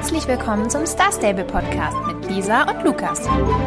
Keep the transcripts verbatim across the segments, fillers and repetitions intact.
Herzlich willkommen zum Star Stable Podcast mit Lisa und Lukas.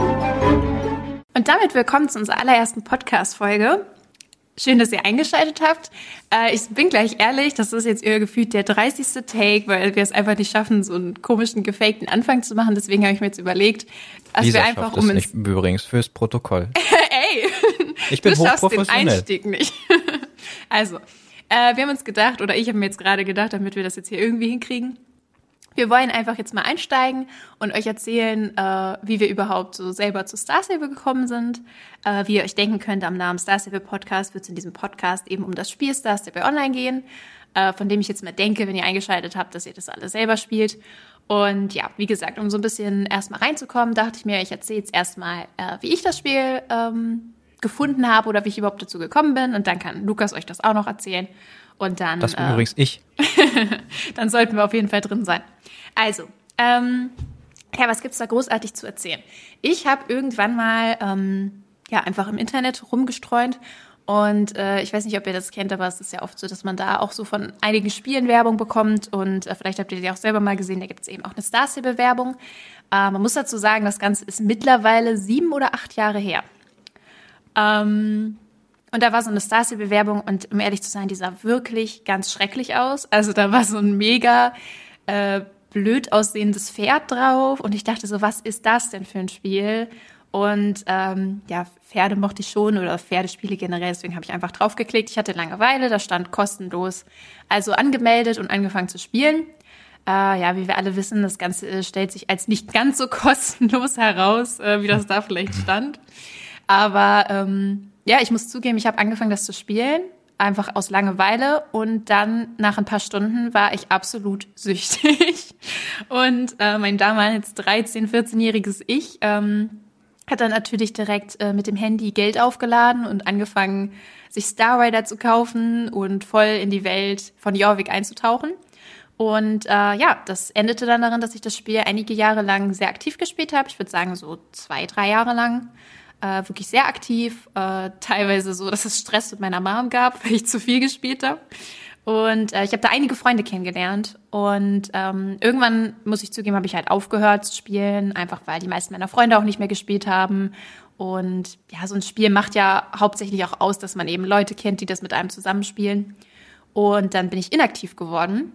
Und damit willkommen zu unserer allerersten Podcast-Folge. Schön, dass ihr eingeschaltet habt. Äh, ich bin gleich ehrlich, das ist jetzt eher gefühlt der dreißigste Take, weil wir es einfach nicht schaffen, so einen komischen, gefakten Anfang zu machen. Deswegen habe ich mir jetzt überlegt, dass Lisa wir einfach schafft um es nicht übrigens fürs Protokoll. Ey, ich bin du schaffst den hochprofessionell. Einstieg nicht. Also, äh, wir haben uns gedacht, oder ich habe mir jetzt gerade gedacht, damit wir das jetzt hier irgendwie hinkriegen, wir wollen einfach jetzt mal einsteigen und euch erzählen, äh, wie wir überhaupt so selber zu Star Stable gekommen sind. Äh, wie ihr euch denken könnt, am Namen Star Stable Podcast wird es in diesem Podcast eben um das Spiel Star Stable Online gehen, äh, von dem ich jetzt mal denke, wenn ihr eingeschaltet habt, dass ihr das alle selber spielt. Und ja, wie gesagt, um so ein bisschen erstmal reinzukommen, dachte ich mir, ich erzähle jetzt erstmal, äh, wie ich das Spiel ähm, gefunden habe oder wie ich überhaupt dazu gekommen bin. Und dann kann Lukas euch das auch noch erzählen. Und dann, Das bin äh, übrigens ich. dann sollten wir auf jeden Fall drin sein. Also, ähm, ja, was gibt's da großartig zu erzählen? Ich habe irgendwann mal ähm, ja einfach im Internet rumgestreunt und äh, ich weiß nicht, ob ihr das kennt, aber es ist ja oft so, dass man da auch so von einigen Spielen Werbung bekommt und äh, vielleicht habt ihr die auch selber mal gesehen, da gibt's eben auch eine Star Stable Werbung. Äh, man muss dazu sagen, das Ganze ist mittlerweile sieben oder acht Jahre her. Ähm, und da war so eine Star Stable Werbung und um ehrlich zu sein, die sah wirklich ganz schrecklich aus. Also da war so ein mega äh, blöd aussehendes Pferd drauf und ich dachte so, was ist das denn für ein Spiel? Und ähm, ja, Pferde mochte ich schon oder Pferdespiele generell, deswegen habe ich einfach draufgeklickt. Ich hatte Langeweile, da stand kostenlos, also angemeldet und angefangen zu spielen. Äh, ja, wie wir alle wissen, das Ganze äh, stellt sich als nicht ganz so kostenlos heraus, äh, wie das da vielleicht stand. Aber ähm, ja, ich muss zugeben, ich habe angefangen, das zu spielen, einfach aus Langeweile und dann nach ein paar Stunden war ich absolut süchtig. Und äh, mein damals dreizehn-, vierzehnjähriges Ich ähm, hat dann natürlich direkt äh, mit dem Handy Geld aufgeladen und angefangen, sich Star Rider zu kaufen und voll in die Welt von Jorvik einzutauchen. Und äh, ja, das endete dann darin, dass ich das Spiel einige Jahre lang sehr aktiv gespielt habe. Ich würde sagen so zwei, drei Jahre lang. Äh, wirklich sehr aktiv, äh, teilweise so, dass es Stress mit meiner Mom gab, weil ich zu viel gespielt habe. Und äh, ich habe da einige Freunde kennengelernt. Und ähm, irgendwann, muss ich zugeben, habe ich halt aufgehört zu spielen, einfach weil die meisten meiner Freunde auch nicht mehr gespielt haben. Und ja, so ein Spiel macht ja hauptsächlich auch aus, dass man eben Leute kennt, die das mit einem zusammenspielen. Und dann bin ich inaktiv geworden.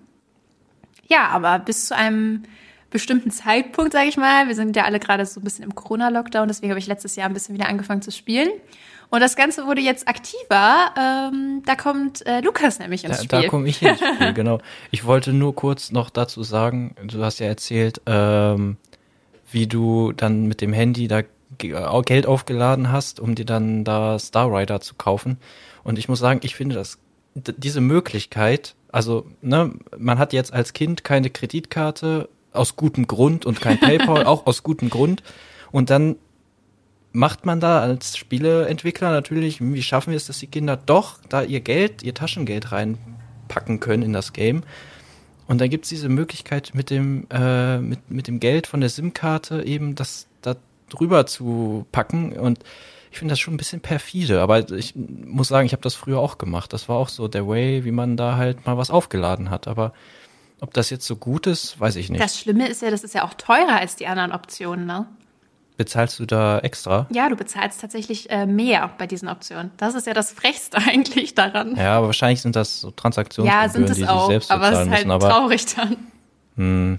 Ja, aber bis zu einem bestimmten Zeitpunkt, sage ich mal. Wir sind ja alle gerade so ein bisschen im Corona-Lockdown, deswegen habe ich letztes Jahr ein bisschen wieder angefangen zu spielen. Und das Ganze wurde jetzt aktiver. Ähm, da kommt äh, Lukas nämlich ins Da, Spiel. da komme ich ins Spiel, genau. Ich wollte nur kurz noch dazu sagen, du hast ja erzählt, ähm, wie du dann mit dem Handy da G- Geld aufgeladen hast, um dir dann da Star Rider zu kaufen. Und ich muss sagen, ich finde das, d- diese Möglichkeit, also ne, man hat jetzt als Kind keine Kreditkarte, aus gutem Grund und kein PayPal, auch aus gutem Grund. Und dann macht man da als Spieleentwickler natürlich, wie schaffen wir es, dass die Kinder doch da ihr Geld, ihr Taschengeld reinpacken können in das Game. Und dann gibt's diese Möglichkeit mit dem äh, mit mit dem Geld von der SIM-Karte eben das da drüber zu packen. Und ich finde das schon ein bisschen perfide. Aber ich muss sagen, ich habe das früher auch gemacht. Das war auch so der Way, wie man da halt mal was aufgeladen hat. Aber ob das jetzt so gut ist, weiß ich nicht. Das Schlimme ist ja, das ist ja auch teurer als die anderen Optionen, ne? Bezahlst du da extra? Ja, du bezahlst tatsächlich äh, mehr bei diesen Optionen. Das ist ja das Frechste eigentlich daran. Ja, aber wahrscheinlich sind das so Transaktionsgebühren, Ja, sind es die auch, sie selbst aber es bezahlen ist halt müssen. Aber traurig dann. Hm,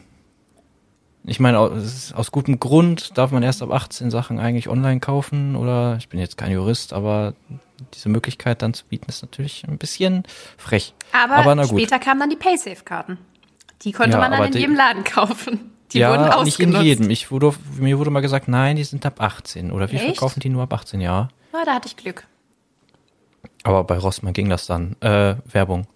ich meine, aus, es ist aus gutem Grund darf man erst ab achtzehn Sachen eigentlich online kaufen. Oder ich bin jetzt kein Jurist, aber diese Möglichkeit dann zu bieten, ist natürlich ein bisschen frech. Aber, aber na gut. später kamen dann die Paysafe-Karten. Die konnte Ja, man dann aber in die- jedem Laden kaufen. Die ja, wurden ausgenutzt. nicht in jedem. Ich wurde, mir wurde mal gesagt, nein, die sind ab achtzehn. Oder wir Echt? verkaufen die nur ab achtzehn, ja. Ja, da hatte ich Glück. Aber bei Rossmann ging das dann. Äh, Werbung.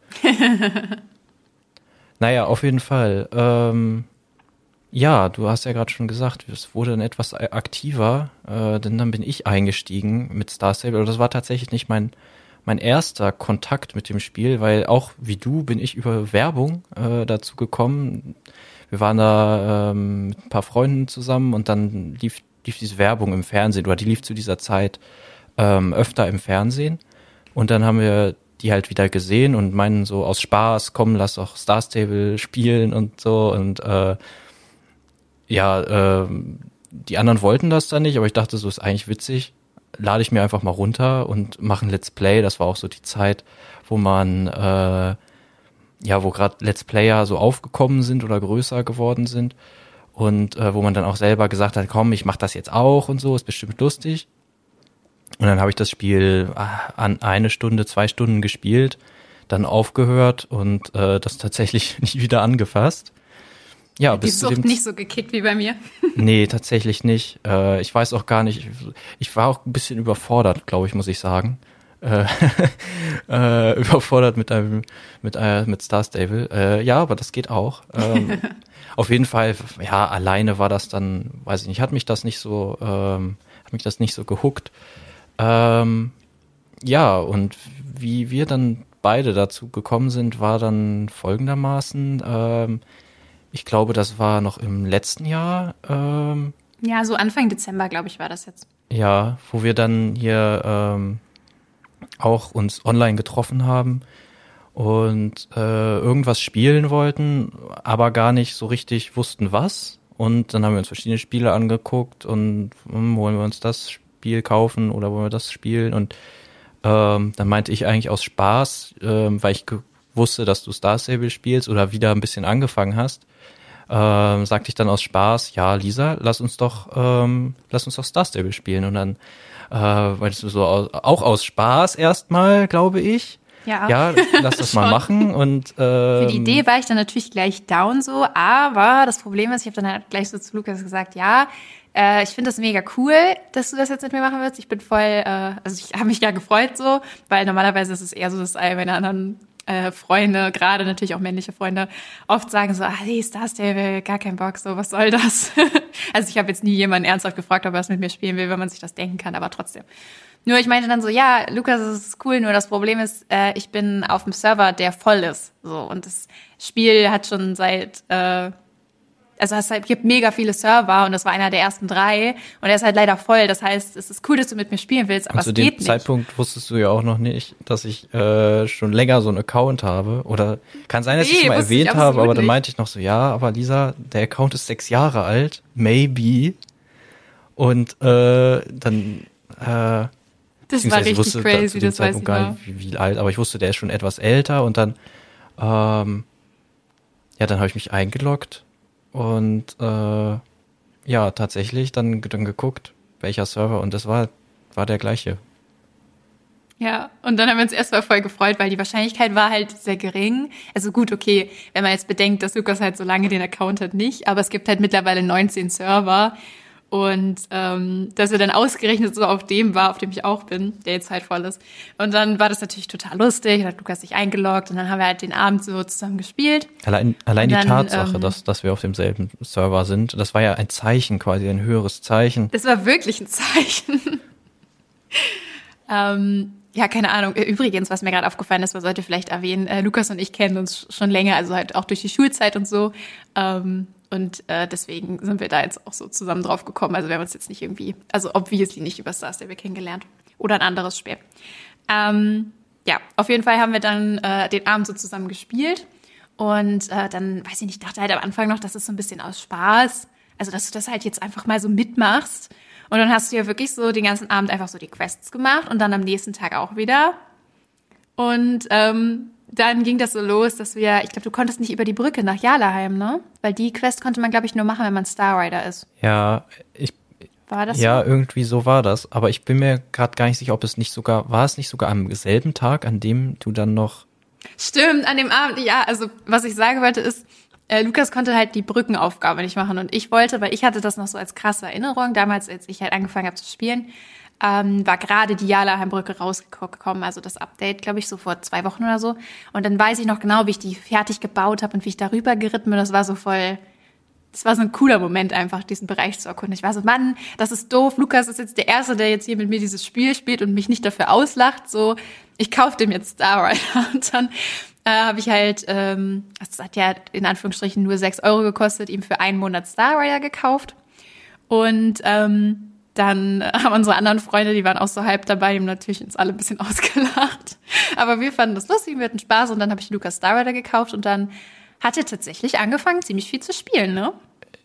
Naja, auf jeden Fall. Ähm, ja, du hast ja gerade schon gesagt, es wurde dann etwas aktiver, äh, denn dann bin ich eingestiegen mit Star Stable. Aber das war tatsächlich nicht mein mein erster Kontakt mit dem Spiel, weil auch wie du bin ich über Werbung äh, dazu gekommen. Wir waren da ähm, mit ein paar Freunden zusammen und dann lief lief diese Werbung im Fernsehen oder die lief zu dieser Zeit ähm, öfter im Fernsehen und dann haben wir die halt wieder gesehen und meinen so aus Spaß, komm, lass doch Star Stable spielen und so und äh, ja, äh, die anderen wollten das dann nicht, aber ich dachte, so ist eigentlich witzig. Lade ich mir einfach mal runter und mache ein Let's Play. Das war auch so die Zeit, wo man, äh, ja, wo gerade Let's Player so aufgekommen sind oder größer geworden sind. Und äh, wo man dann auch selber gesagt hat, komm, ich mach das jetzt auch und so, ist bestimmt lustig. Und dann habe ich das Spiel an eine Stunde, zwei Stunden gespielt, dann aufgehört und äh, das tatsächlich nie wieder angefasst. Ja, die bis Sucht zu dem nicht so gekickt wie bei mir. Nee, tatsächlich nicht. Äh, ich weiß auch gar nicht, ich war auch ein bisschen überfordert, glaube ich, muss ich sagen. Äh, äh, überfordert mit einem, mit, äh, mit Star Stable. Äh, ja, aber das geht auch. Ähm, auf jeden Fall, ja, alleine war das dann, weiß ich nicht, hat mich das nicht so, ähm, hat mich das nicht so gehuckt. Ähm, ja, und wie wir dann beide dazu gekommen sind, war dann folgendermaßen, ähm, ich glaube, das war noch im letzten Jahr, ähm, Ja, so Anfang Dezember, glaube ich, war das jetzt. ja, wo wir dann hier ähm, auch uns online getroffen haben und äh, irgendwas spielen wollten, aber gar nicht so richtig wussten, was. Und dann haben wir uns verschiedene Spiele angeguckt und hm, wollen wir uns das Spiel kaufen oder wollen wir das spielen? Und ähm, dann meinte ich eigentlich aus Spaß, ähm, weil ich ge- wusste, dass du Star Stable spielst oder wieder ein bisschen angefangen hast, ähm, sagte ich dann aus Spaß, ja, Lisa, lass uns doch, ähm, lass uns doch Star Stable spielen. Und dann äh, meinst du so aus, auch aus Spaß erstmal, glaube ich. Ja. Ja, lass das mal Schon. machen. Und ähm, Für die Idee war ich dann natürlich gleich down so, aber das Problem ist, ich habe dann halt gleich so zu Lukas gesagt, ja, äh, ich finde das mega cool, dass du das jetzt mit mir machen willst. Ich bin voll, äh, also ich habe mich ja gefreut so, weil normalerweise ist es eher so, dass all meine anderen äh, Freunde, gerade natürlich auch männliche Freunde, oft sagen so, ah, nee, Star Stable, gar kein Bock, so, was soll das? Also ich habe jetzt nie jemanden ernsthaft gefragt, ob er es mit mir spielen will, wenn man sich das denken kann, aber trotzdem. Nur ich meinte dann so, ja, Lukas, das ist cool, nur das Problem ist, äh, ich bin auf dem Server, der voll ist. So, und das Spiel hat schon seit, äh, also es halt, gibt mega viele Server und das war einer der ersten drei und er ist halt leider voll. Das heißt, es ist cool, dass du mit mir spielen willst, aber und es zu geht dem nicht. Zeitpunkt wusstest du ja auch noch nicht, dass ich äh, schon länger so einen Account habe. Oder kann sein, dass ich Nee, schon mal wusste ich erwähnt habe, absolut aber dann nicht. meinte ich noch so, ja, aber Lisa, der Account ist sechs Jahre alt, maybe. Und äh, dann äh, Das war beziehungsweise ich richtig wusste da crazy, zu dem das weiß ich Zeitpunkt gar noch. nicht, wie, wie alt, aber ich wusste, der ist schon etwas älter und dann, ähm, ja, dann habe ich mich eingeloggt und äh, ja, tatsächlich dann, dann geguckt, welcher Server und das war, war der gleiche. Ja, und dann haben wir uns erstmal voll gefreut, weil die Wahrscheinlichkeit war halt sehr gering. Also gut, okay, wenn man jetzt bedenkt, dass Lukas halt so lange den Account hat, nicht, aber es gibt halt mittlerweile neunzehn Server und ähm, dass er dann ausgerechnet so auf dem war, auf dem ich auch bin, der jetzt halt voll ist. Und dann war das natürlich total lustig, dann hat Lukas sich eingeloggt und dann haben wir halt den Abend so zusammen gespielt. Allein, allein die dann, Tatsache, ähm, dass, dass wir auf demselben Server sind, das war ja ein Zeichen, quasi ein höheres Zeichen. Das war wirklich ein Zeichen. ähm, ja, keine Ahnung. Übrigens, was mir gerade aufgefallen ist, man sollte vielleicht erwähnen, äh, Lukas und ich kennen uns schon länger, also halt auch durch die Schulzeit und so. Ähm, und äh, deswegen sind wir da jetzt auch so zusammen drauf gekommen. Also wir haben uns jetzt nicht irgendwie, also obviously nicht über Star Stable kennengelernt. Oder ein anderes Spiel. Ähm, ja, auf jeden Fall haben wir dann äh, den Abend so zusammen gespielt. Und äh, dann, weiß ich nicht, dachte halt am Anfang noch, das ist so ein bisschen aus Spaß. Also, dass du das halt jetzt einfach mal so mitmachst. Und dann hast du ja wirklich so den ganzen Abend einfach so die Quests gemacht und dann am nächsten Tag auch wieder. Und ähm, dann ging das so los, dass wir, ich glaube, du konntest nicht über die Brücke nach Jalaheim, ne? Weil die Quest konnte man, glaube ich, nur machen, wenn man Star Rider ist. Ja, ich, War das ja, so? irgendwie so war das. Aber ich bin mir gerade gar nicht sicher, ob es nicht sogar, war es nicht sogar am selben Tag, an dem du dann noch. Stimmt, an dem Abend, ja, also was ich sagen wollte ist, äh, Lukas konnte halt die Brückenaufgabe nicht machen und ich wollte, weil ich hatte das noch so als krasse Erinnerung, damals, als ich halt angefangen habe zu spielen, ähm, war gerade die Jalaheim-Brücke rausgekommen, also das Update, glaube ich, so vor zwei Wochen oder so. Und dann weiß ich noch genau, wie ich die fertig gebaut habe und wie ich darüber geritten bin. Das war so voll, das war so ein cooler Moment einfach, diesen Bereich zu erkunden. Ich war so, Mann, das ist doof. Lukas ist jetzt der Erste, der jetzt hier mit mir dieses Spiel spielt und mich nicht dafür auslacht. So, ich kaufe dem jetzt Star Rider. Und dann äh, habe ich halt, ähm, das hat ja in Anführungsstrichen nur sechs Euro gekostet, ihm für einen Monat Star Rider gekauft. Und ähm, dann haben unsere anderen Freunde, die waren auch so halb dabei, die haben natürlich uns alle ein bisschen ausgelacht. Aber wir fanden das lustig, wir hatten Spaß und dann habe ich Lukas Star Rider gekauft und dann hat er tatsächlich angefangen, ziemlich viel zu spielen, ne?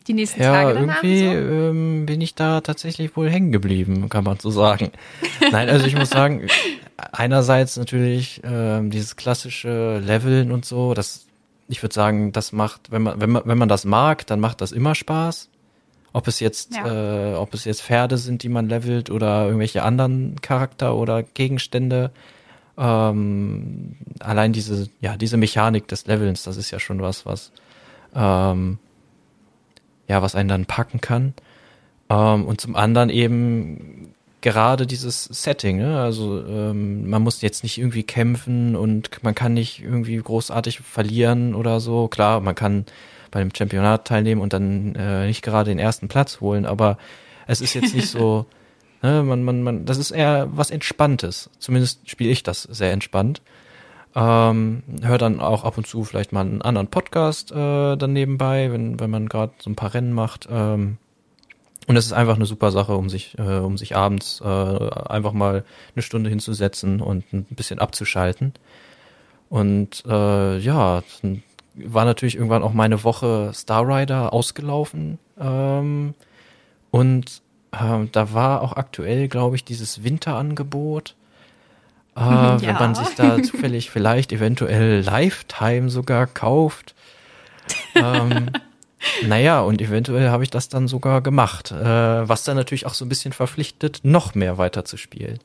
die nächsten ja, Tage danach? irgendwie So? ähm, bin ich da tatsächlich wohl hängen geblieben, kann man so sagen. Nein, also ich muss sagen, einerseits natürlich ähm, dieses klassische Leveln und so, das, ich würde sagen, das macht, wenn man, wenn man, wenn man das mag, dann macht das immer Spaß. Ob es jetzt, Ja. äh, ob es jetzt Pferde sind, die man levelt oder irgendwelche anderen Charakter oder Gegenstände. Ähm, allein diese, ja, diese Mechanik des Levelns, das ist ja schon was, was, ähm, ja, was einen dann packen kann. Ähm, und zum anderen eben gerade dieses Setting, ne? Also ähm, man muss jetzt nicht irgendwie kämpfen und man kann nicht irgendwie großartig verlieren oder so. Klar, man kann bei einem Championat teilnehmen und dann äh, nicht gerade den ersten Platz holen, aber es ist jetzt nicht so, ne, man, man, man, das ist eher was Entspanntes. Zumindest spiele ich das sehr entspannt. Ähm, hör dann auch ab und zu vielleicht mal einen anderen Podcast äh, dann nebenbei, wenn, wenn man gerade so ein paar Rennen macht. Ähm, und es ist einfach eine super Sache, um sich, äh, um sich abends äh, einfach mal eine Stunde hinzusetzen und ein bisschen abzuschalten. Und äh, ja, dann war natürlich irgendwann auch meine Woche Star Rider ausgelaufen. Ähm, und äh, da war auch aktuell, glaube ich, dieses Winterangebot. Äh, Ja. Wenn man sich da zufällig vielleicht eventuell Lifetime sogar kauft. ähm, naja, und eventuell habe ich das dann sogar gemacht. Äh, was dann natürlich auch so ein bisschen verpflichtet, noch mehr weiterzuspielen.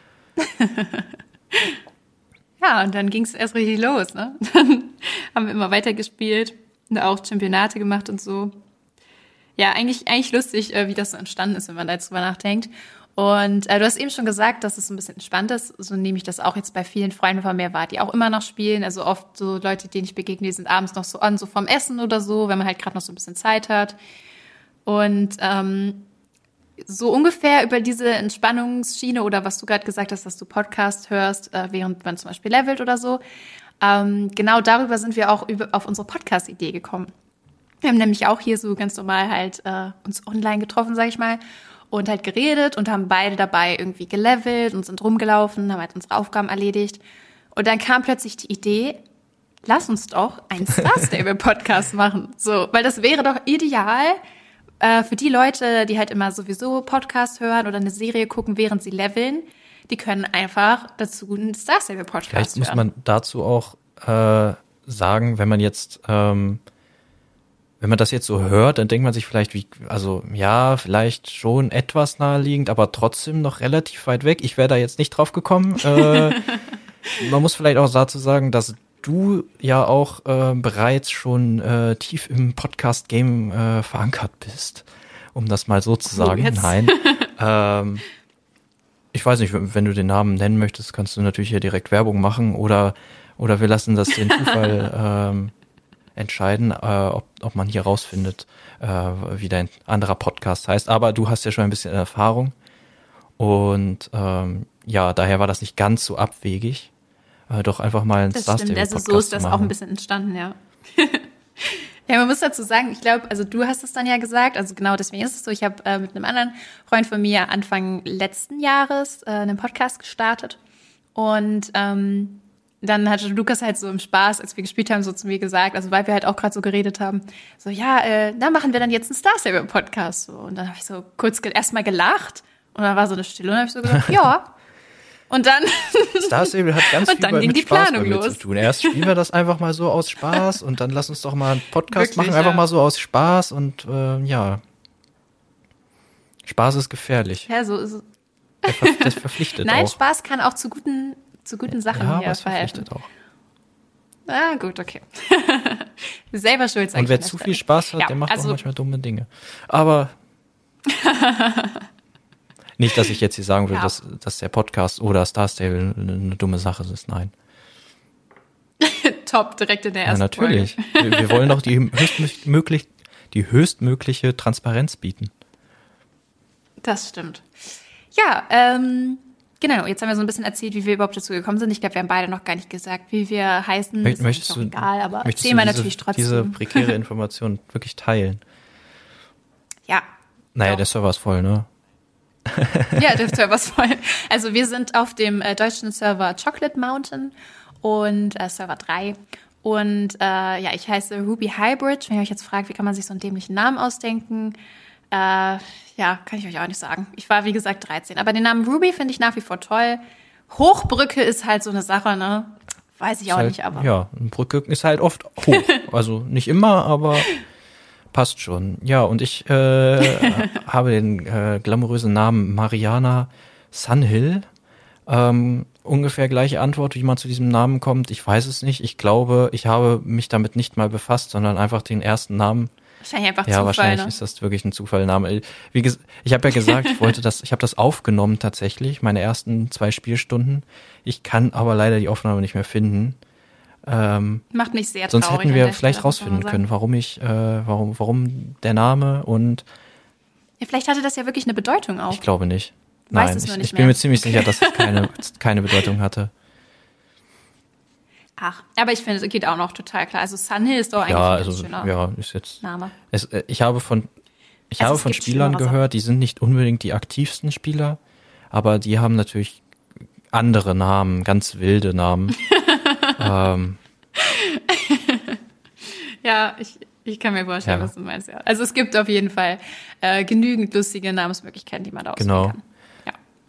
Ja, und dann ging es erst richtig los, ne? Dann haben wir immer weitergespielt und auch Championate gemacht und so. Ja, eigentlich, eigentlich lustig, äh, wie das so entstanden ist, wenn man da jetzt drüber nachdenkt. Und äh, du hast eben schon gesagt, dass es ein bisschen entspannt ist. So nehme ich das auch jetzt bei vielen Freunden von mir wahr, die auch immer noch spielen. Also oft so Leute, denen ich begegne, die sind abends noch so an, so vom Essen oder so, wenn man halt gerade noch so ein bisschen Zeit hat. Und ähm, so ungefähr über diese Entspannungsschiene oder was du gerade gesagt hast, dass du Podcast hörst, äh, während man zum Beispiel levelt oder so. Ähm, genau darüber sind wir auch über, auf unsere Podcast-Idee gekommen. Wir haben nämlich auch hier so ganz normal halt äh, uns online getroffen, sag ich mal, und halt geredet und haben beide dabei irgendwie gelevelt und sind rumgelaufen, haben halt unsere Aufgaben erledigt. Und dann kam plötzlich die Idee, lass uns doch einen Star Stable Podcast machen. So, weil das wäre doch ideal äh, für die Leute, die halt immer sowieso Podcast hören oder eine Serie gucken, während sie leveln. Die können einfach dazu einen Star Stable Podcast hören. Vielleicht muss man dazu auch äh, sagen, wenn man jetzt ähm, wenn man das jetzt so hört, dann denkt man sich vielleicht, wie, also ja, vielleicht schon etwas naheliegend, aber trotzdem noch relativ weit weg. Ich wäre da jetzt nicht drauf gekommen. Äh, man muss vielleicht auch dazu sagen, dass du ja auch äh, bereits schon äh, tief im Podcast-Game äh, verankert bist, um das mal so zu sagen. Oh, Nein. ähm, ich weiß nicht, wenn du den Namen nennen möchtest, kannst du natürlich hier direkt Werbung machen oder, oder wir lassen das den Zufall ähm, entscheiden, äh, ob, ob man hier rausfindet, äh, wie dein anderer Podcast heißt. Aber du hast ja schon ein bisschen Erfahrung und ähm, ja, daher war das nicht ganz so abwegig, äh, doch einfach mal ein Star Stable Podcast zu machen. Das stimmt, also so ist das auch ein bisschen entstanden, ja. Ja, man muss dazu sagen, ich glaube, also du hast es dann ja gesagt, also genau deswegen ist es so, ich habe äh, mit einem anderen Freund von mir Anfang letzten Jahres äh, einen Podcast gestartet und ähm, dann hatte Lukas halt so im Spaß, als wir gespielt haben, so zu mir gesagt, also weil wir halt auch gerade so geredet haben, so ja, äh, da machen wir dann jetzt einen Star Stable Podcast. So. Und dann habe ich so kurz ge- erstmal gelacht und dann war so eine Stille und dann habe ich so gesagt, ja. Und dann Star Stable hat ganz und viel dann bei, ging mit die Spaß Planung bei mir los. zu tun. Erst spielen wir das einfach mal so aus Spaß und dann lass uns doch mal einen Podcast Wirklich, machen, einfach ja. mal so aus Spaß und äh, ja, Spaß ist gefährlich. Ja, so ist es. Der ver- Das verpflichtet Nein, auch. Spaß kann auch zu guten, zu guten Sachen Ja, aber hier es verhelfen. verpflichtet auch. Ah, gut, okay. Selber schuld, sag Und ich wer an der zu Stelle. viel Spaß hat, Ja, der macht also- auch manchmal dumme Dinge. Aber nicht, dass ich jetzt hier sagen will, Ja. dass, dass der Podcast oder Star Stable eine, eine dumme Sache ist. Nein. Top, direkt in der Ja, ersten natürlich. Folge. Wir, wir wollen doch die höchstmöglich, die höchstmögliche Transparenz bieten. Das stimmt. Ja, ähm, genau, jetzt haben wir so ein bisschen erzählt, wie wir überhaupt dazu gekommen sind. Ich glaube, wir haben beide noch gar nicht gesagt, wie wir heißen. Mö- Ist möchtest auch du, egal, aber möchtest erzählen du wir diese, natürlich trotzdem. diese prekäre Information wirklich teilen? Ja. Naja, Doch. der Server ist voll, ne? Ja, der Server ist voll. Also wir sind auf dem äh, deutschen Server Chocolate Mountain und äh, Server drei. Und äh, ja, ich heiße Ruby Highbridge. Wenn ihr euch jetzt fragt, wie kann man sich so einen dämlichen Namen ausdenken, äh, ja, kann ich euch auch nicht sagen. Ich war, wie gesagt, dreizehn. Aber den Namen Ruby finde ich nach wie vor toll. Hochbrücke ist halt so eine Sache, ne? Weiß ich auch halt, nicht, aber. Ja, eine Brücke ist halt oft hoch. Also nicht immer, aber passt schon. Ja, und ich äh, habe den äh, glamourösen Namen Mariana Sunhill. Ähm, ungefähr gleiche Antwort, wie man zu diesem Namen kommt. Ich weiß es nicht. Ich glaube, ich habe mich damit nicht mal befasst, sondern einfach den ersten Namen. Wahrscheinlich einfach ja, Zufall, wahrscheinlich ne? ist das wirklich ein Zufallname. Wie ges- ich habe ja gesagt, ich wollte das, ich habe das aufgenommen tatsächlich, meine ersten zwei Spielstunden. Ich kann aber leider die Aufnahme nicht mehr finden. Ähm, Macht mich sehr sonst traurig. hätten an wir der vielleicht Stelle, muss man rausfinden mal können, sagen. warum ich, äh, warum, warum der Name und Ja, vielleicht hatte das ja wirklich eine Bedeutung auch. ich glaube nicht. Weiß Nein, es nur ich, nicht ich bin mehr. mir ziemlich sicher, dass es keine, keine Bedeutung hatte. Ach, aber ich finde, es geht auch noch total klar. Also Sunhill ist doch eigentlich Ja, ein ganz also schöner ja, ist jetzt. Name. Es, äh, ich habe von ich Also habe es von gibt Spielern schlimmere gehört, die sind nicht unbedingt die aktivsten Spieler, aber die haben natürlich andere Namen, ganz wilde Namen. ähm, Ja, ich, ich kann mir vorstellen, Ja. was du meinst, ja. Also es gibt auf jeden Fall äh, genügend lustige Namensmöglichkeiten, die man da auswählen Genau. kann. Ja.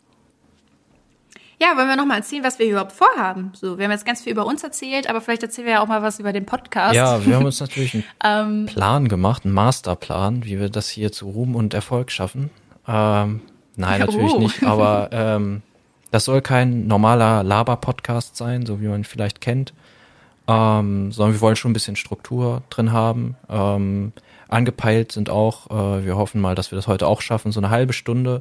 Ja, wollen wir noch mal erzählen, was wir überhaupt vorhaben? So, wir haben jetzt ganz viel über uns erzählt, aber vielleicht erzählen wir ja auch mal was über den Podcast. ja, wir haben uns natürlich einen Ähm, Plan gemacht, einen Masterplan, wie wir das hier zu Ruhm und Erfolg schaffen. Ähm, nein, natürlich Oh. nicht, aber ähm, das soll kein normaler Laber-Podcast sein, so wie man ihn vielleicht kennt, ähm, sondern wir wollen schon ein bisschen Struktur drin haben. Ähm, angepeilt sind auch, äh, wir hoffen mal, dass wir das heute auch schaffen, so eine halbe Stunde.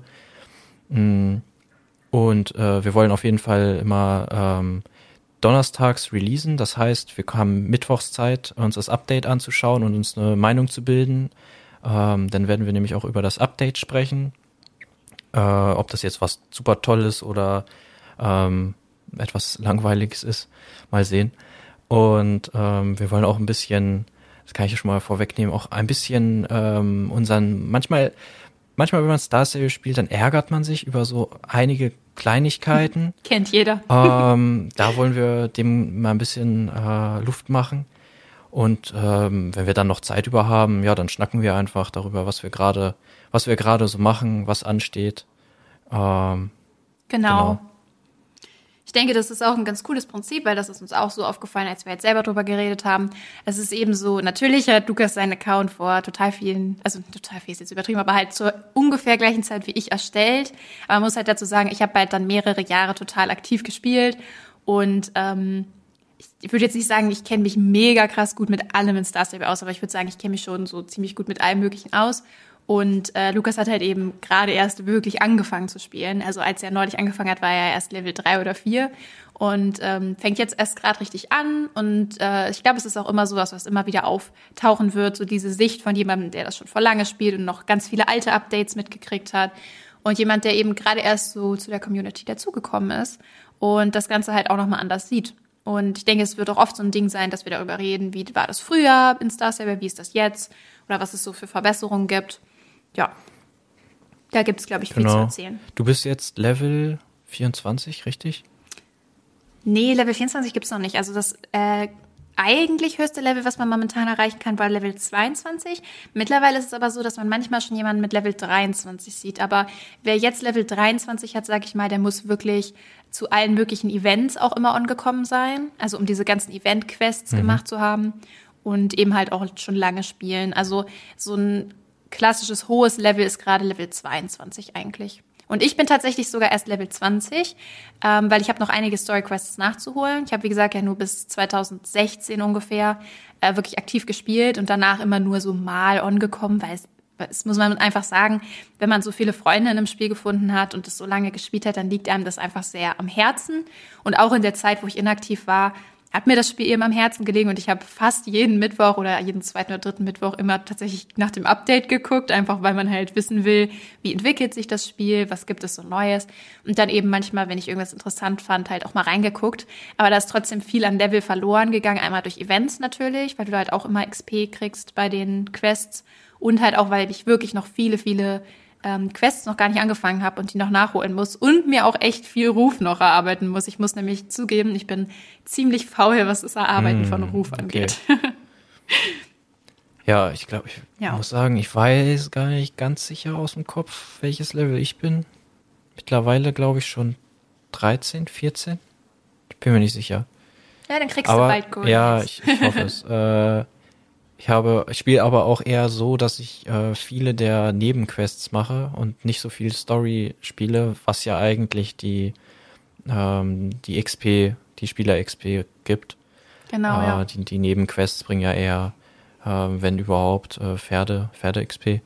Mm, Und äh, wir wollen auf jeden Fall immer ähm, donnerstags releasen. Das heißt, wir haben mittwochs Zeit, uns das Update anzuschauen und uns eine Meinung zu bilden. Ähm, dann werden wir nämlich auch über das Update sprechen. Äh, ob das jetzt was super Tolles oder ähm, etwas Langweiliges ist. Mal sehen. Und ähm, wir wollen auch ein bisschen, das kann ich ja schon mal vorwegnehmen, auch ein bisschen ähm, unseren, manchmal, manchmal, wenn man Star Stable spielt, dann ärgert man sich über so einige Kleinigkeiten. kennt jeder. ähm, da wollen wir dem mal ein bisschen äh, Luft machen. Und ähm, wenn wir dann noch Zeit über haben, ja, dann schnacken wir einfach darüber, was wir gerade, was wir gerade so machen, was ansteht. Ähm, Genau. Genau. Ich denke, das ist auch ein ganz cooles Prinzip, weil das ist uns auch so aufgefallen, als wir jetzt selber drüber geredet haben. Es ist eben so, natürlich hat Lukas seinen Account vor total vielen, also total viel ist jetzt übertrieben, aber halt zur ungefähr gleichen Zeit wie ich erstellt. Aber man muss halt dazu sagen, ich habe halt dann mehrere Jahre total aktiv gespielt und ähm, ich würde jetzt nicht sagen, ich kenne mich mega krass gut mit allem in Star Stable aus, aber ich würde sagen, ich kenne mich schon so ziemlich gut mit allem Möglichen aus. Und äh, Lukas hat halt eben gerade erst wirklich angefangen zu spielen. Also als er neulich angefangen hat, war er erst Level drei oder vier und ähm, fängt jetzt erst gerade richtig an. Und äh, ich glaube, es ist auch immer so, was was immer wieder auftauchen wird, so diese Sicht von jemandem, der das schon vor lange spielt und noch ganz viele alte Updates mitgekriegt hat. Und jemand, der eben gerade erst so zu der Community dazugekommen ist und das Ganze halt auch nochmal anders sieht. Und ich denke, es wird auch oft so ein Ding sein, dass wir darüber reden, wie war das früher in Star Stable, wie ist das jetzt oder was es so für Verbesserungen gibt. Ja, da gibt es, glaube ich, viel genau. zu erzählen. Du bist jetzt Level vierundzwanzig, richtig? Nee, Level vierundzwanzig gibt es noch nicht. Also das äh, eigentlich höchste Level, was man momentan erreichen kann, war Level zweiundzwanzig. Mittlerweile ist es aber so, dass man manchmal schon jemanden mit Level dreiundzwanzig sieht. Aber wer jetzt Level dreiundzwanzig hat, sage ich mal, der muss wirklich zu allen möglichen Events auch immer angekommen sein. Also um diese ganzen Event-Quests Mhm. gemacht zu haben und eben halt auch schon lange spielen. Also so ein klassisches hohes Level ist gerade Level zweiundzwanzig eigentlich. Und ich bin tatsächlich sogar erst Level zwanzig, ähm, weil ich habe noch einige Story-Quests nachzuholen. Ich habe, wie gesagt, ja nur bis zweitausendsechzehn ungefähr äh, wirklich aktiv gespielt und danach immer nur so mal angekommen, weil es, es muss man einfach sagen, wenn man so viele Freunde in einem Spiel gefunden hat und es so lange gespielt hat, dann liegt einem das einfach sehr am Herzen. Und auch in der Zeit, wo ich inaktiv war, hat mir das Spiel eben am Herzen gelegen und ich habe fast jeden Mittwoch oder jeden zweiten oder dritten Mittwoch immer tatsächlich nach dem Update geguckt, einfach weil man halt wissen will, wie entwickelt sich das Spiel, was gibt es so Neues und dann eben manchmal, wenn ich irgendwas interessant fand, halt auch mal reingeguckt. Aber da ist trotzdem viel an Level verloren gegangen, einmal durch Events natürlich, weil du halt auch immer X P kriegst bei den Quests und halt auch, weil ich wirklich noch viele, viele ähm, Quests noch gar nicht angefangen habe und die noch nachholen muss und mir auch echt viel Ruf noch erarbeiten muss. Ich muss nämlich zugeben, ich bin ziemlich faul, was das Erarbeiten mm, von Ruf angeht. Okay. Ja, ich glaube, ich ja. muss sagen, ich weiß gar nicht ganz sicher aus dem Kopf, welches Level ich bin. Mittlerweile glaube ich schon dreizehn, vierzehn. Ich bin mir nicht sicher. Ja, dann kriegst aber, du bald Gold. Ja, ich, ich hoffe es. äh, ich habe, ich spiele aber auch eher so, dass ich äh, viele der Nebenquests mache und nicht so viel Story spiele, was ja eigentlich die ähm, die X P, die Spieler-X P gibt. Genau, äh, ja. Die, die Nebenquests bringen ja eher, äh, wenn überhaupt, äh, Pferde, Pferde-X P.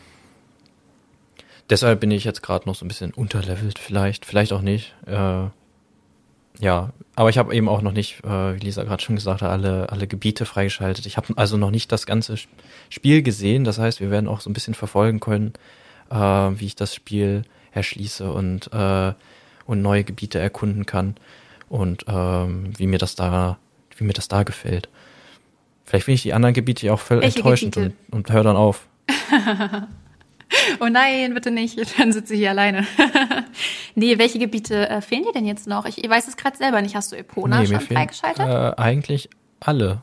Deshalb bin ich jetzt gerade noch so ein bisschen unterlevelt, vielleicht, vielleicht auch nicht. Äh, ja, aber ich habe eben auch noch nicht, äh, wie Lisa gerade schon gesagt hat, alle alle Gebiete freigeschaltet. Ich habe also noch nicht das ganze Spiel gesehen. Das heißt, wir werden auch so ein bisschen verfolgen können, äh, wie ich das Spiel erschließe und äh, und neue Gebiete erkunden kann und ähm, wie mir das da, wie mir das da gefällt. Vielleicht finde ich die anderen Gebiete ja auch voll Welche enttäuschend und, und hör dann auf. Oh nein, bitte nicht, dann sitze ich hier alleine. Nee, welche Gebiete äh, fehlen dir denn jetzt noch? Ich, ich weiß es gerade selber nicht. Hast du Epona nee, schon fehlen, freigeschaltet? Äh, eigentlich alle.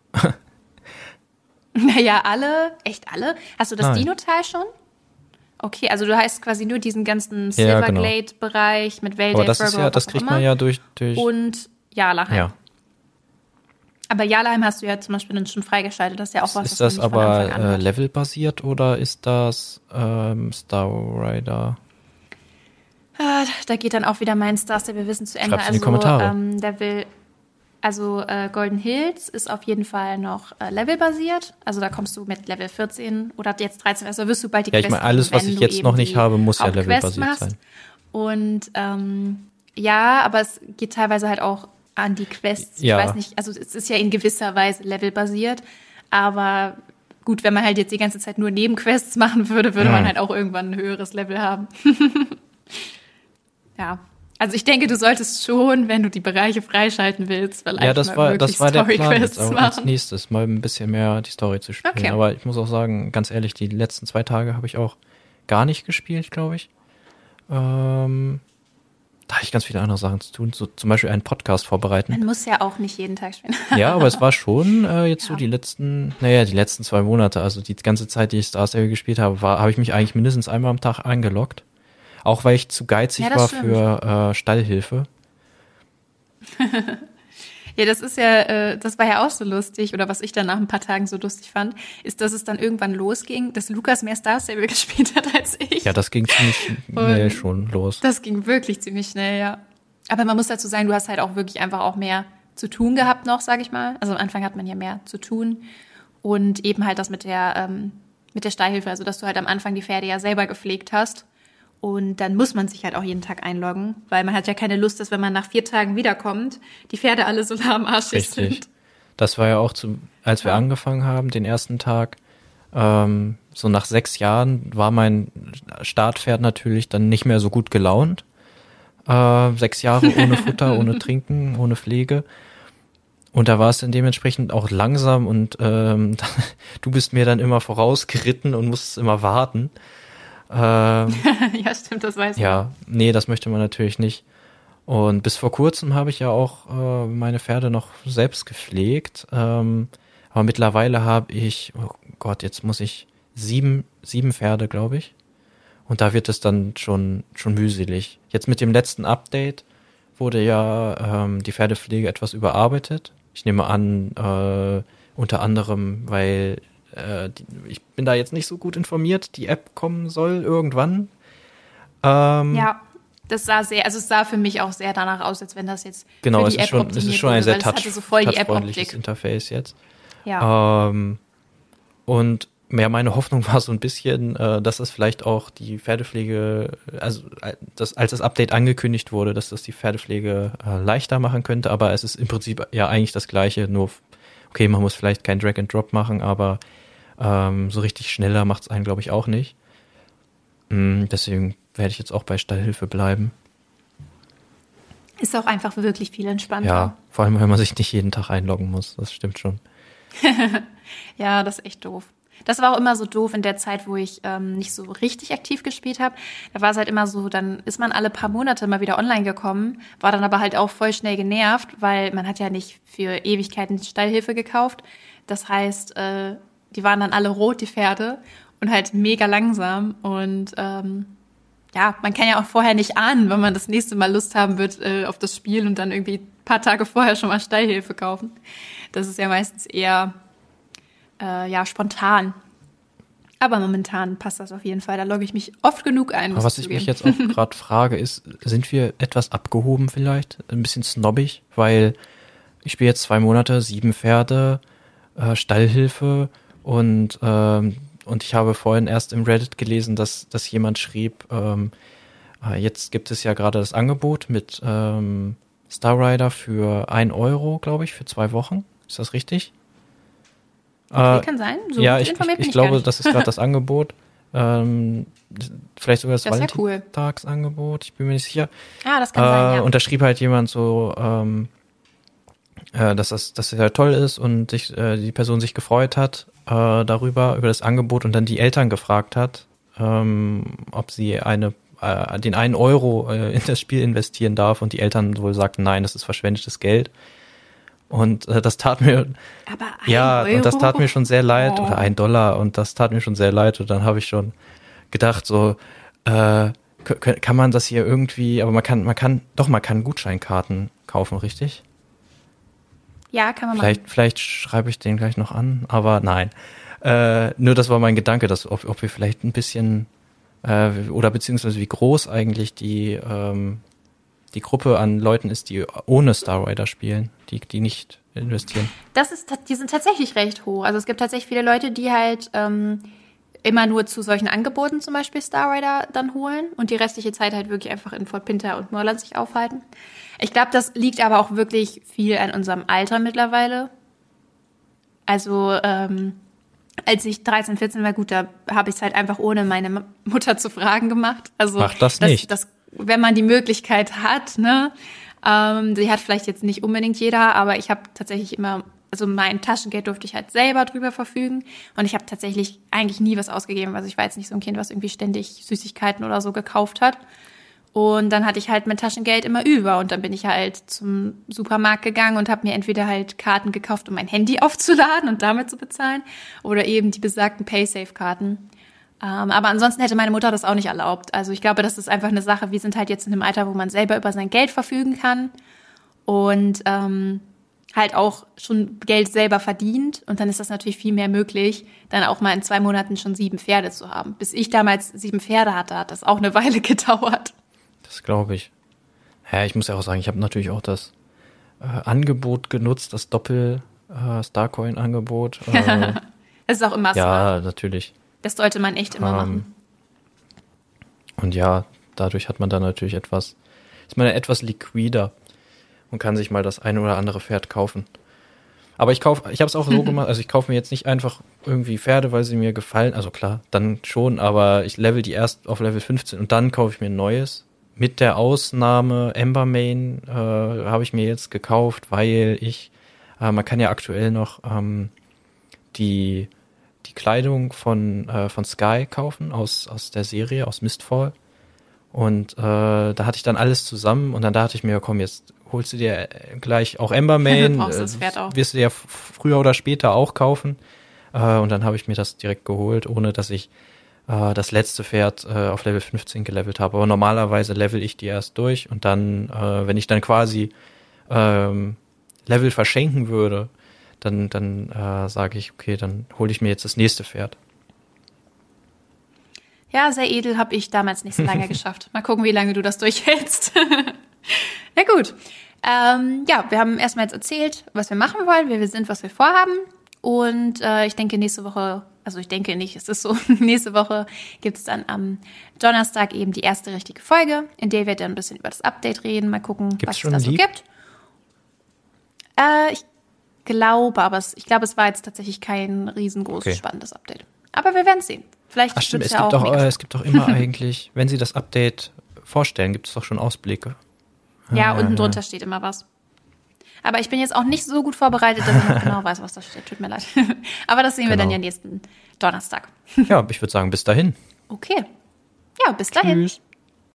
Naja, alle? Echt alle? Hast du das Nein. Dino-Tal schon? Okay, also du heißt quasi nur diesen ganzen Ja, genau. Silverglade-Bereich mit Wälder, Aber das ist ja, das kriegt man ja durch, durch und Jarlaheim. ja. Aber Jarlaheim hast du ja zum Beispiel dann schon freigeschaltet. Das ist ja auch was, Ist was das man nicht von Anfang an aber äh, hat. levelbasiert oder ist das ähm, Star Rider? Ah, da geht dann auch wieder mein Star Stable Wissen zu Ende. Schreibt's in die also, Kommentare. Ähm, Level, also äh, Golden Hills ist auf jeden Fall noch äh, levelbasiert. Also da kommst du mit Level vierzehn oder jetzt dreizehn, also wirst du bald die Ja, ich Quest meine, alles, kriegen, was wenn ich du jetzt eben noch nicht die habe, muss ja Hauptquest levelbasiert machst. sein. Und ähm, ja, aber es geht teilweise halt auch an die Quests. Ja. Ich weiß nicht, also es ist ja in gewisser Weise levelbasiert, aber gut, wenn man halt jetzt die ganze Zeit nur Nebenquests machen würde, würde Mhm. man halt auch irgendwann ein höheres Level haben. Ja, also ich denke, du solltest schon, wenn du die Bereiche freischalten willst, vielleicht Ja, das mal war, wirklich das war der Plan jetzt Story-Quests auch als machen. nächstes, mal ein bisschen mehr die Story zu spielen. Okay. Aber ich muss auch sagen, ganz ehrlich, die letzten zwei Tage habe ich auch gar nicht gespielt, glaube ich. Ähm, da hatte ich ganz viele andere Sachen zu tun, so zum Beispiel einen Podcast vorbereiten. Man muss ja auch nicht jeden Tag spielen. Ja, aber es war schon äh, jetzt so Ja. die letzten, naja, die letzten zwei Monate, also die ganze Zeit, die ich Star Stable gespielt habe, war, habe ich mich eigentlich mindestens einmal am Tag eingeloggt. Auch weil ich zu geizig Ja, das war stimmt. für äh, Stallhilfe. Ja, das ist ja, äh, das war ja auch so lustig, oder was ich dann nach ein paar Tagen so lustig fand, ist, dass es dann irgendwann losging, dass Lukas mehr Star Stable gespielt hat als ich. Ja, das ging ziemlich schnell schon los. Das ging wirklich ziemlich schnell, ja. Aber man muss dazu sagen, du hast halt auch wirklich einfach auch mehr zu tun gehabt noch, sag ich mal. Also am Anfang hat man ja mehr zu tun. Und eben halt das mit der, ähm, mit der Stallhilfe, also dass du halt am Anfang die Pferde ja selber gepflegt hast. Und dann muss man sich halt auch jeden Tag einloggen, weil man hat ja keine Lust, dass wenn man nach vier Tagen wiederkommt, die Pferde alle so lahmarschig sind. Richtig. Das war ja auch, zu, als wir Ja. angefangen haben, den ersten Tag, ähm, so nach sechs Jahren war mein Startpferd natürlich dann nicht mehr so gut gelaunt. Äh, sechs Jahre ohne Futter, ohne Trinken, ohne Pflege. Und da war es dann dementsprechend auch langsam und ähm, du bist mir dann immer vorausgeritten und musstest immer warten. Ähm, Ja, stimmt, das weiß ich. ja, nee, das möchte man natürlich nicht. Und bis vor kurzem habe ich ja auch äh, meine Pferde noch selbst gepflegt. Ähm, aber mittlerweile habe ich, oh Gott, jetzt muss ich sieben, sieben Pferde, glaube ich. Und da wird es dann schon, schon mühselig. Jetzt mit dem letzten Update wurde ja ähm, die Pferdepflege etwas überarbeitet. Ich nehme an, äh, unter anderem, weil äh, die, ich bin da jetzt nicht so gut informiert, die App kommen soll irgendwann. Ähm, Ja, das sah sehr, also es sah für mich auch sehr danach aus, als wenn das jetzt Genau, für es die ist App schon, es optimiert ist schon ein wurde, sehr weil es touch, hatte so voll die touchfreundliches App-Optik. Interface jetzt. Ja. Ähm, und ja, meine Hoffnung war so ein bisschen, äh, dass es vielleicht auch die Pferdepflege, also äh, das, als das Update angekündigt wurde, dass das die Pferdepflege äh, leichter machen könnte, aber es ist im Prinzip ja eigentlich das Gleiche, nur, okay, man muss vielleicht kein Drag and Drop machen, aber ähm, so richtig schneller macht es einen, glaube ich, auch nicht. Mm, deswegen werde ich jetzt auch bei Stallhilfe bleiben. Ist auch einfach wirklich viel entspannter. Ja, vor allem, wenn man sich nicht jeden Tag einloggen muss, das stimmt schon. Ja, das ist echt doof. Das war auch immer so doof in der Zeit, wo ich ähm, nicht so richtig aktiv gespielt habe. Da war es halt immer so, dann ist man alle paar Monate mal wieder online gekommen, war dann aber halt auch voll schnell genervt, weil man hat ja nicht für Ewigkeiten Stallhilfe gekauft. Das heißt, äh, die waren dann alle rot, die Pferde, und halt mega langsam. Und ähm, ja, man kann ja auch vorher nicht ahnen, wenn man das nächste Mal Lust haben wird äh, auf das Spiel und dann irgendwie ein paar Tage vorher schon mal Stallhilfe kaufen. Das ist ja meistens eher äh, ja spontan. Aber momentan passt das auf jeden Fall. Da logge ich mich oft genug ein. Aber was ich mich jetzt auch gerade frage, ist, sind wir etwas abgehoben vielleicht? Ein bisschen snobbig? Weil ich spiele jetzt zwei Monate, sieben Pferde, äh, Stallhilfe und ähm, und ich habe vorhin erst im Reddit gelesen, dass, dass jemand schrieb, ähm, äh, jetzt gibt es ja gerade das Angebot mit ähm, Star Rider für ein Euro, glaube ich, für zwei Wochen. Ist das richtig? Okay, äh, kann sein. So ja, gut ich, informiert ich, bin ich glaube, gar das ist gerade das Angebot. Ähm, vielleicht sogar das, Das ist ja cool. Valentinstagsangebot, ich bin mir nicht sicher. Ah, das kann äh, sein, ja. Und da schrieb halt jemand so, ähm, äh, dass das, dass das ja toll ist und sich, äh, die Person sich gefreut hat äh, darüber, über das Angebot und dann die Eltern gefragt hat, ähm, ob sie eine äh, den einen Euro äh, in das Spiel investieren darf und die Eltern wohl sagten, nein, das ist verschwendetes Geld. Und äh, das tat mir, Aber ein ja, Euro? und das tat mir schon sehr leid, Oh. oder ein Dollar, und das tat mir schon sehr leid. Und dann habe ich schon gedacht, so, äh, k- kann man das hier irgendwie, aber man kann, man kann, doch, man kann Gutscheinkarten kaufen, richtig? Ja, kann man Vielleicht, machen. vielleicht schreibe ich den gleich noch an, aber nein. Äh, nur das war mein Gedanke, dass ob, ob wir vielleicht ein bisschen, äh, oder beziehungsweise wie groß eigentlich die, ähm, die Gruppe an Leuten ist, die ohne Star Rider spielen, die, die nicht investieren. Das ist, die sind tatsächlich recht hoch. Also es gibt tatsächlich viele Leute, die halt ähm, immer nur zu solchen Angeboten zum Beispiel Star Rider dann holen und die restliche Zeit halt wirklich einfach in Fort Pinter und Moorland sich aufhalten. Ich glaube, das liegt aber auch wirklich viel an unserem Alter mittlerweile. Also ähm, als ich dreizehn, vierzehn war, gut, da habe ich es halt einfach ohne meine Mutter zu fragen gemacht. Also Mach das nicht. Das, wenn man die Möglichkeit hat, ne? Ähm, die hat vielleicht jetzt nicht unbedingt jeder, aber ich habe tatsächlich immer, also mein Taschengeld durfte ich halt selber drüber verfügen und ich habe tatsächlich eigentlich nie was ausgegeben. Also ich war jetzt nicht so ein Kind, was irgendwie ständig Süßigkeiten oder so gekauft hat. Und dann hatte ich halt mein Taschengeld immer über und dann bin ich halt zum Supermarkt gegangen und habe mir entweder halt Karten gekauft, um mein Handy aufzuladen und damit zu bezahlen oder eben die besagten Paysafe-Karten. Ähm, aber ansonsten hätte meine Mutter das auch nicht erlaubt. Also ich glaube, das ist einfach eine Sache. Wir sind halt jetzt in einem Alter, wo man selber über sein Geld verfügen kann und ähm, halt auch schon Geld selber verdient. Und dann ist das natürlich viel mehr möglich, dann auch mal in zwei Monaten schon sieben Pferde zu haben. Bis ich damals sieben Pferde hatte, hat das auch eine Weile gedauert. Das glaube ich. Ja, ich muss ja auch sagen, ich habe natürlich auch das äh, Angebot genutzt, das Doppel-Starcoin-Angebot. Äh, Das ist auch immer ja, smart. natürlich. Das sollte man echt immer Ähm, machen. Und ja, dadurch hat man dann natürlich etwas, ist man ja etwas liquider und kann sich mal das eine oder andere Pferd kaufen. Aber ich kaufe, ich habe es auch so gemacht, also ich kaufe mir jetzt nicht einfach irgendwie Pferde, weil sie mir gefallen, also klar, dann schon, aber ich level die erst auf Level fünfzehn und dann kaufe ich mir ein neues. Mit der Ausnahme Embermane äh, habe ich mir jetzt gekauft, weil ich, äh, man kann ja aktuell noch ähm, die die Kleidung von äh, von Sky kaufen aus aus der Serie, aus Mistfall. Und äh, da hatte ich dann alles zusammen und dann dachte ich mir, komm, jetzt holst du dir gleich auch Embermane, Brauchst das Pferd auch. wirst du ja f- früher oder später auch kaufen. Äh, und dann habe ich mir das direkt geholt, ohne dass ich äh, das letzte Pferd äh, auf Level fünfzehn gelevelt habe. Aber normalerweise level ich die erst durch und dann, äh, wenn ich dann quasi ähm, Level verschenken würde, dann, dann äh, sage ich, okay, dann hole ich mir jetzt das nächste Pferd. Ja, sehr edel, habe ich damals nicht so lange geschafft. Mal gucken, wie lange du das durchhältst. Na gut. Ähm, ja, wir haben erstmal jetzt erzählt, was wir machen wollen, wer wir sind, was wir vorhaben. Und äh, ich denke, nächste Woche, also ich denke nicht, es ist so, nächste Woche gibt es dann am Donnerstag eben die erste richtige Folge, in der wir dann ein bisschen über das Update reden, mal gucken, Gibt's was schon es da so ein Leak? gibt. Äh, ich glaube, aber es, ich glaube, es war jetzt tatsächlich kein riesengroßes, Okay. spannendes Update. Aber wir werden sehen. Vielleicht Ach stimmt, wird's es ja gibt, auch auch, mega äh, es gibt auch immer eigentlich, wenn sie das Update vorstellen, gibt es doch schon Ausblicke. Ja, Ah, unten drunter steht immer was. Aber ich bin jetzt auch nicht so gut vorbereitet, dass ich noch genau weiß, was da steht. Tut mir leid. Aber das sehen wir Genau. dann ja nächsten Donnerstag. Ja, ich würde sagen, bis dahin. Okay. Ja, bis dahin. Tschüss.